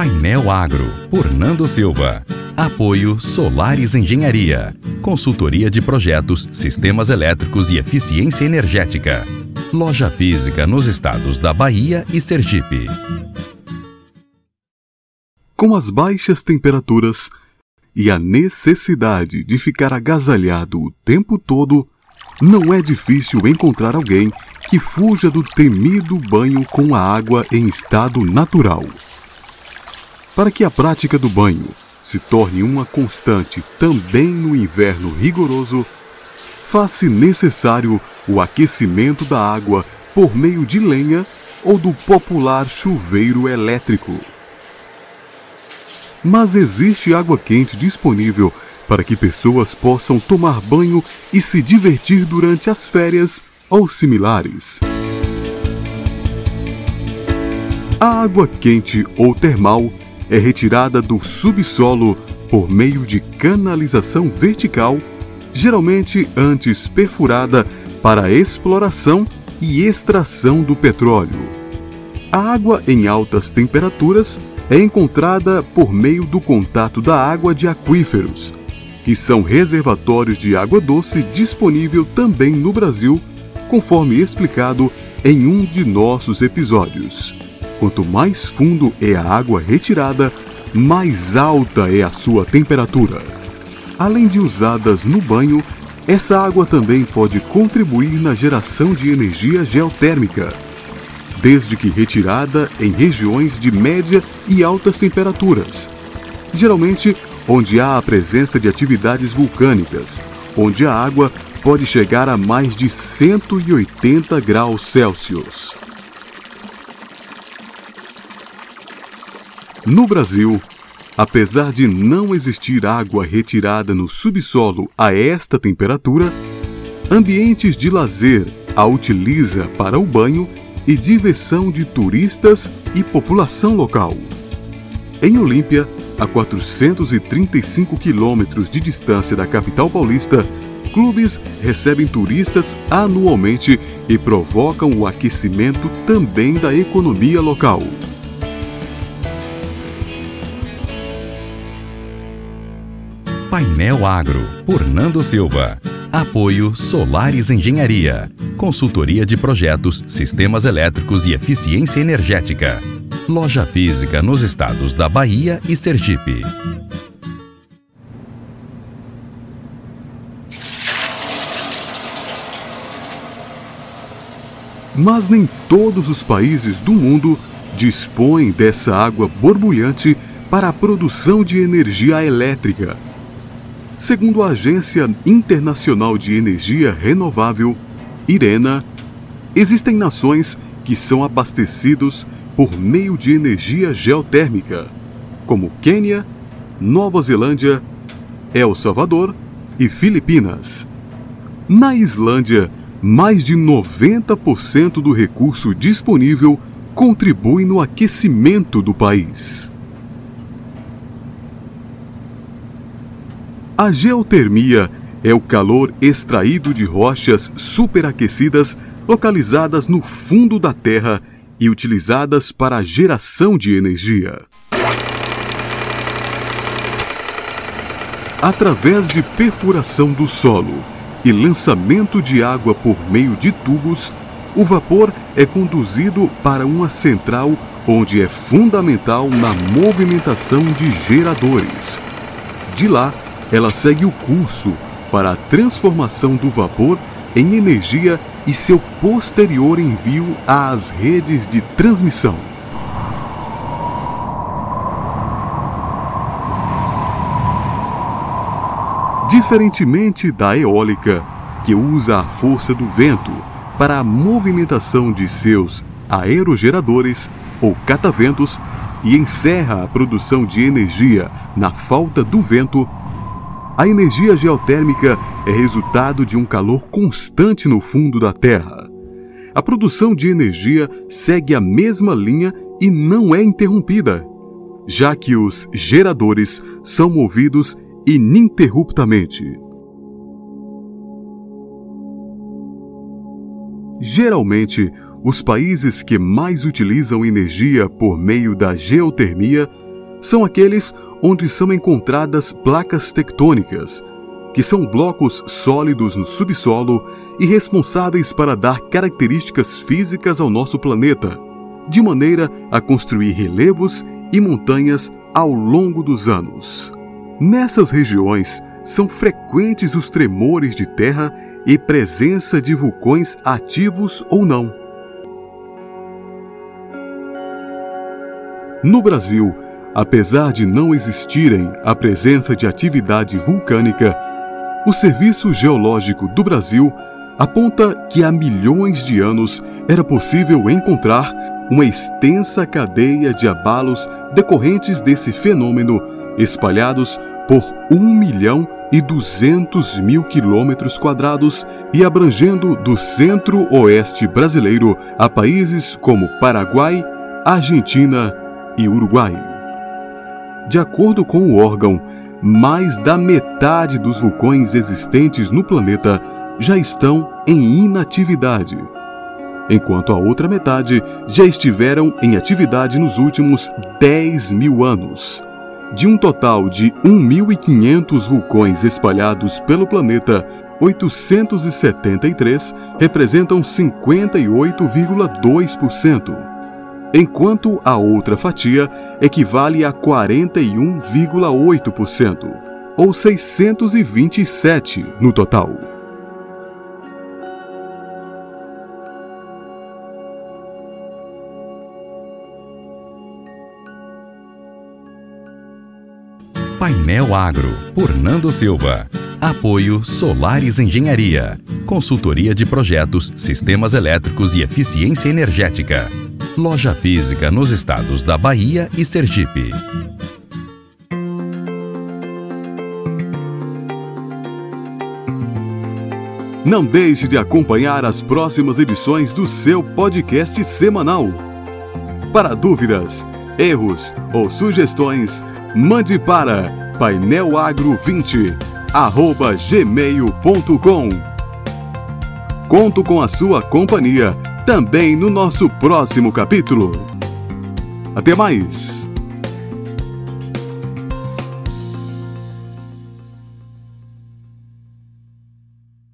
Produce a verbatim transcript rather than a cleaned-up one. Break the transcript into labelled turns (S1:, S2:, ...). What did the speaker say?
S1: Painel Agro, por Nando Silva. Apoio Solares Engenharia. Consultoria de projetos, sistemas elétricos e eficiência energética. Loja física nos estados da Bahia e Sergipe.
S2: Com as baixas temperaturas e a necessidade de ficar agasalhado o tempo todo, não é difícil encontrar alguém que fuja do temido banho com a água em estado natural. Para que a prática do banho se torne uma constante também no inverno rigoroso, faz-se necessário o aquecimento da água por meio de lenha ou do popular chuveiro elétrico. Mas existe água quente disponível para que pessoas possam tomar banho e se divertir durante as férias ou similares. A água quente ou termal é retirada do subsolo por meio de canalização vertical, geralmente antes perfurada para exploração e extração do petróleo. A água em altas temperaturas é encontrada por meio do contato da água de aquíferos, que são reservatórios de água doce disponível também no Brasil, conforme explicado em um de nossos episódios. Quanto mais fundo é a água retirada, mais alta é a sua temperatura. Além de usadas no banho, essa água também pode contribuir na geração de energia geotérmica, desde que retirada em regiões de média e altas temperaturas, geralmente onde há a presença de atividades vulcânicas, onde a água pode chegar a mais de cento e oitenta graus Celsius. No Brasil, apesar de não existir água retirada no subsolo a esta temperatura, ambientes de lazer a utiliza para o banho e diversão de turistas e população local. Em Olímpia, a quatrocentos e trinta e cinco quilômetros de distância da capital paulista, clubes recebem turistas anualmente e provocam o aquecimento também da economia local.
S1: Painel Agro, por Nando Silva. Apoio Solares Engenharia. Consultoria de projetos, sistemas elétricos e eficiência energética. Loja física nos estados da Bahia e Sergipe.
S2: Mas nem todos os países do mundo dispõem dessa água borbulhante para a produção de energia elétrica. Segundo a Agência Internacional de Energia Renovável, IRENA, existem nações que são abastecidos por meio de energia geotérmica, como Quênia, Nova Zelândia, El Salvador e Filipinas. Na Islândia, mais de noventa por cento do recurso disponível contribui no aquecimento do país. A geotermia é o calor extraído de rochas superaquecidas localizadas no fundo da Terra e utilizadas para a geração de energia. Através de perfuração do solo e lançamento de água por meio de tubos, o vapor é conduzido para uma central onde é fundamental na movimentação de geradores. De lá, ela segue o curso para a transformação do vapor em energia e seu posterior envio às redes de transmissão. Diferentemente da eólica, que usa a força do vento para a movimentação de seus aerogeradores ou cataventos e encerra a produção de energia na falta do vento, a energia geotérmica é resultado de um calor constante no fundo da Terra. A produção de energia segue a mesma linha e não é interrompida, já que os geradores são movidos ininterruptamente. Geralmente, os países que mais utilizam energia por meio da geotermia são aqueles onde são encontradas placas tectônicas, que são blocos sólidos no subsolo e responsáveis para dar características físicas ao nosso planeta, de maneira a construir relevos e montanhas ao longo dos anos. Nessas regiões, são frequentes os tremores de terra e presença de vulcões ativos ou não. No Brasil, apesar de não existirem a presença de atividade vulcânica, o Serviço Geológico do Brasil aponta que há milhões de anos era possível encontrar uma extensa cadeia de abalos decorrentes desse fenômeno, espalhados por um milhão e duzentos mil quilômetros quadrados e abrangendo do centro-oeste brasileiro a países como Paraguai, Argentina e Uruguai. De acordo com o órgão, mais da metade dos vulcões existentes no planeta já estão em inatividade, enquanto a outra metade já estiveram em atividade nos últimos dez mil anos. De um total de um mil e quinhentos vulcões espalhados pelo planeta, oitocentos e setenta e três representam cinquenta e oito vírgula dois por cento, enquanto a outra fatia equivale a quarenta e um vírgula oito por cento, ou seiscentos e vinte e sete no total.
S1: Painel Agro, por Nando Silva. Apoio Solares Engenharia. Consultoria de projetos, sistemas elétricos e eficiência energética. Loja física nos estados da Bahia e Sergipe.
S2: Não deixe de acompanhar as próximas edições do seu podcast semanal. Para dúvidas, erros ou sugestões, mande para painelagro vinte arroba gmail ponto com. Conto com a sua companhia também no nosso próximo capítulo. Até mais!